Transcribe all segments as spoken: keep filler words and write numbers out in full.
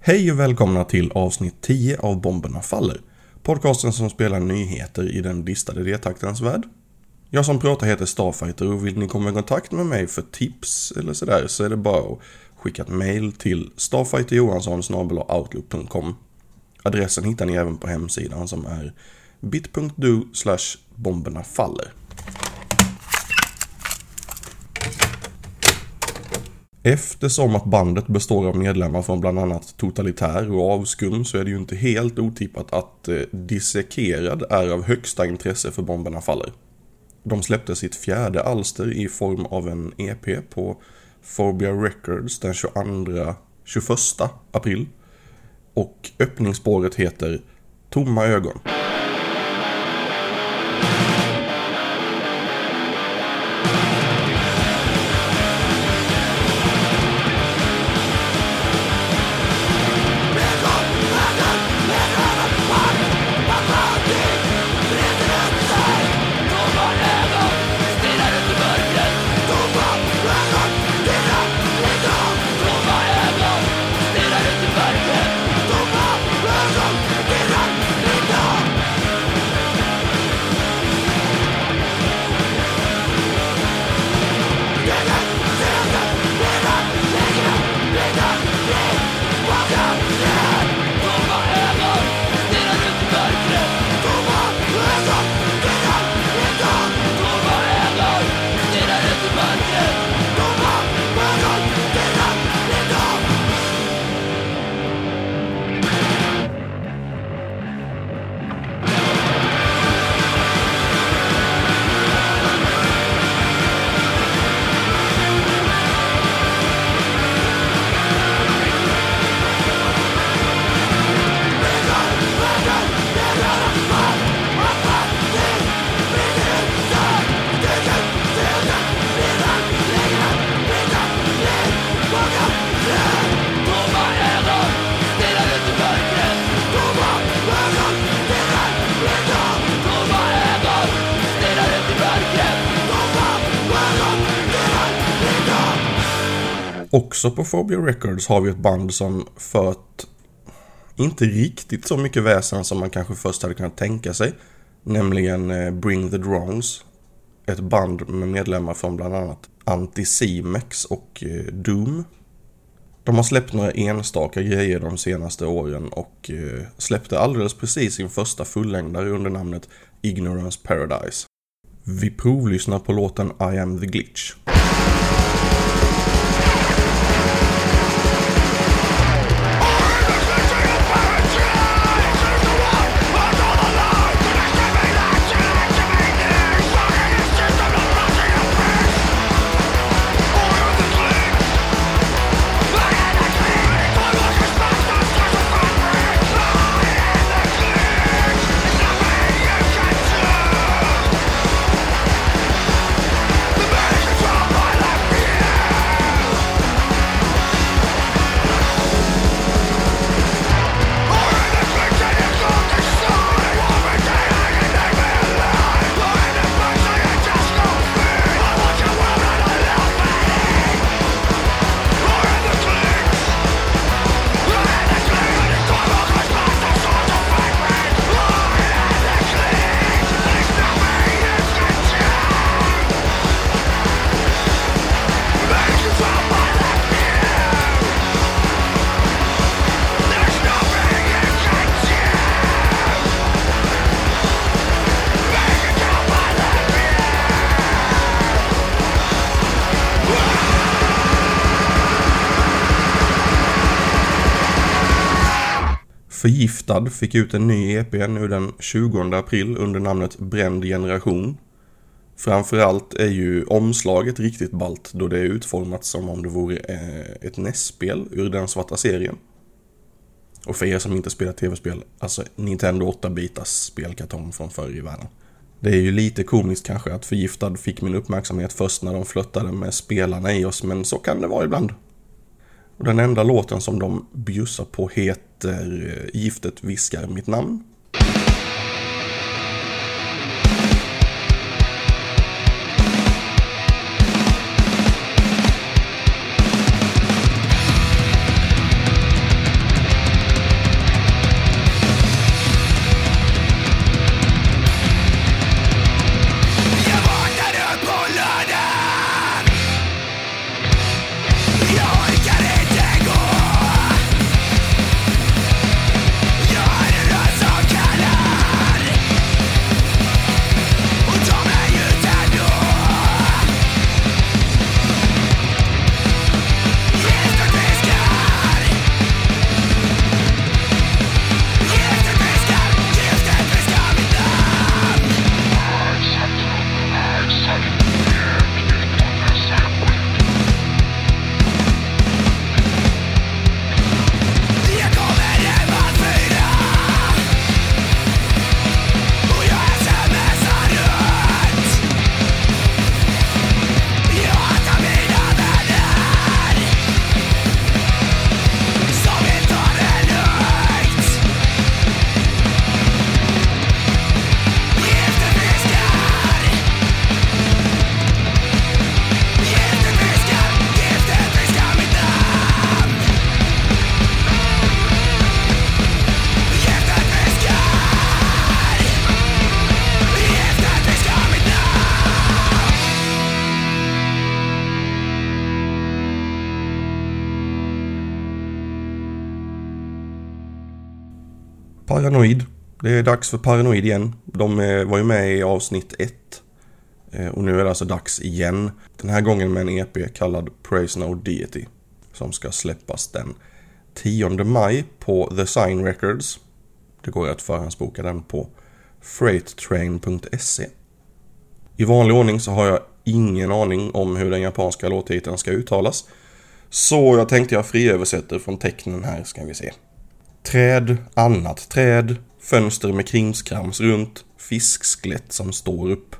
Hej och välkomna till avsnitt tio av Bomberna Faller. Podcasten som spelar nyheter i den listade D-taktens värld. Jag som pratar heter Starfighter och vill ni komma i kontakt med mig för tips eller sådär så är det bara att skicka ett mail till starfighterjohansson snabel-a outlook punkt com. Adressen hittar ni även på hemsidan som är bit.do slash bomberna faller. Eftersom att bandet består av medlemmar från bland annat Totalitär och Avskum så är det ju inte helt otippat att eh, Dissekerad är av högsta intresse för Bomberna Faller. De släppte sitt fjärde alster i form av en E P på Phobia Records den tjugoandra tjugoförsta april och öppningsspåret heter Tomma ögon. Också på Phobia Records har vi ett band som fört inte riktigt så mycket väsen som man kanske först hade kunnat tänka sig. Nämligen Bring the Drones. Ett band med medlemmar från bland annat Anticimex och Doom. De har släppt några enstaka grejer de senaste åren och släppte alldeles precis sin första fullängdare under namnet Ignorance Paradise. Vi provlyssnar på låten I Am the Glitch. Förgiftad fick ut en ny E P nu den tjugonde april under namnet Bränd generation. Framförallt är ju omslaget riktigt ballt då det är utformat som om det vore ett N E S-spel ur den svarta serien. Och för er som inte spelar tv-spel, alltså Nintendo åtta-bitars spelkartong från förr i världen. Det är ju lite komiskt kanske att Förgiftad fick min uppmärksamhet först när de flöttade med spelarna i oss, men så kan det vara ibland. Och den enda låten som de bjussar på heter Giftet viskar mitt namn. Paranoid. Det är dags för Paranoid igen. De var ju med i avsnitt ett. Och nu är det alltså dags igen. Den här gången med en E P kallad Praise No Deity. Som ska släppas den tionde maj på The Sign Records. Det går att förhandsboka den på freight train punkt se. I vanlig ordning så har jag ingen aning om hur den japanska låttiteln ska uttalas. Så jag tänkte jag friöversätter från tecknen här, ska vi se. Träd, annat träd, fönster med krimskrams runt, fiskskelett som står upp.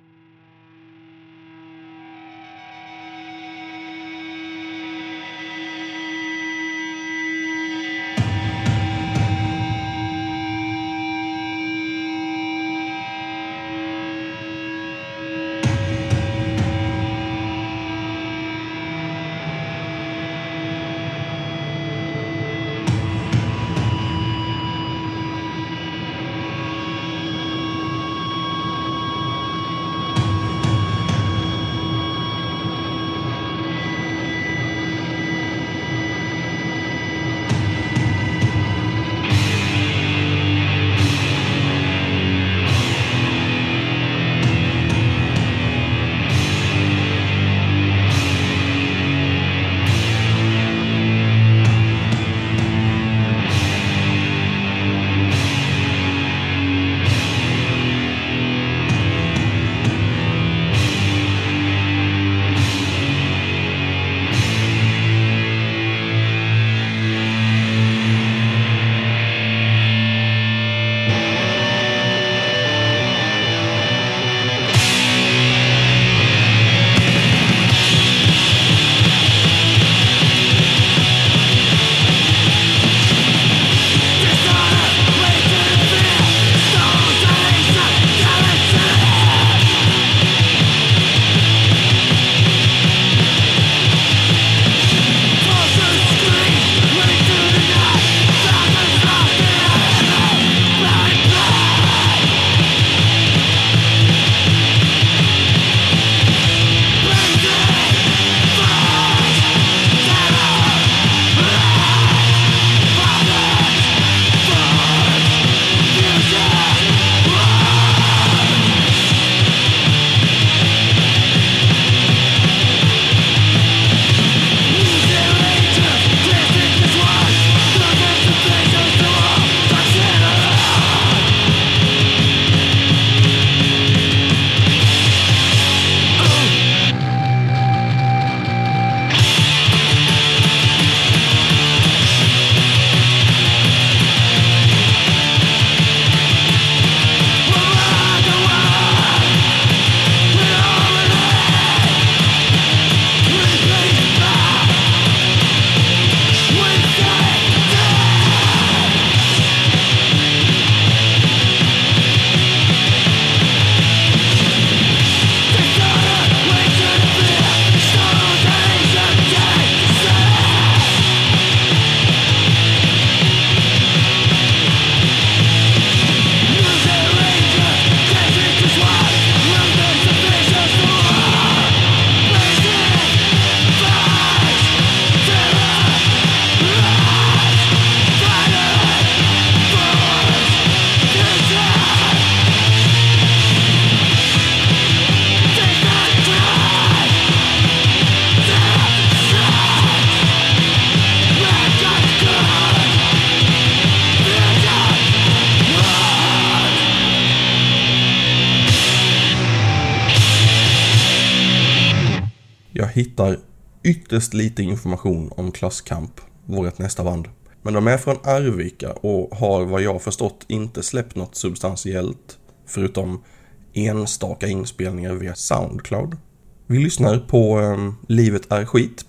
Jag hittar ytterst lite information om Klasskamp, vårt nästa band. Men de är från Arvika och har vad jag förstått inte släppt något substantiellt förutom enstaka inspelningar via Soundcloud. Vi lyssnar på um, Livet är skit.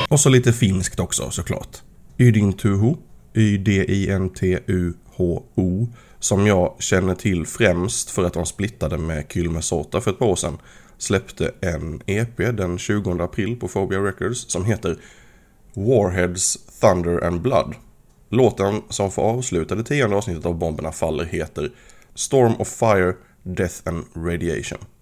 Och så lite finskt också såklart. Ydintuho, Y D I N T U H O, som jag känner till främst för att de splittade med Kylmäsota för ett par år sedan, släppte en E P den tjugonde april på Phobia Records som heter Warheads, Thunder and Blood. Låten som får avsluta det tionde avsnittet av Bomberna faller heter Storm of Fire, Death and Radiation.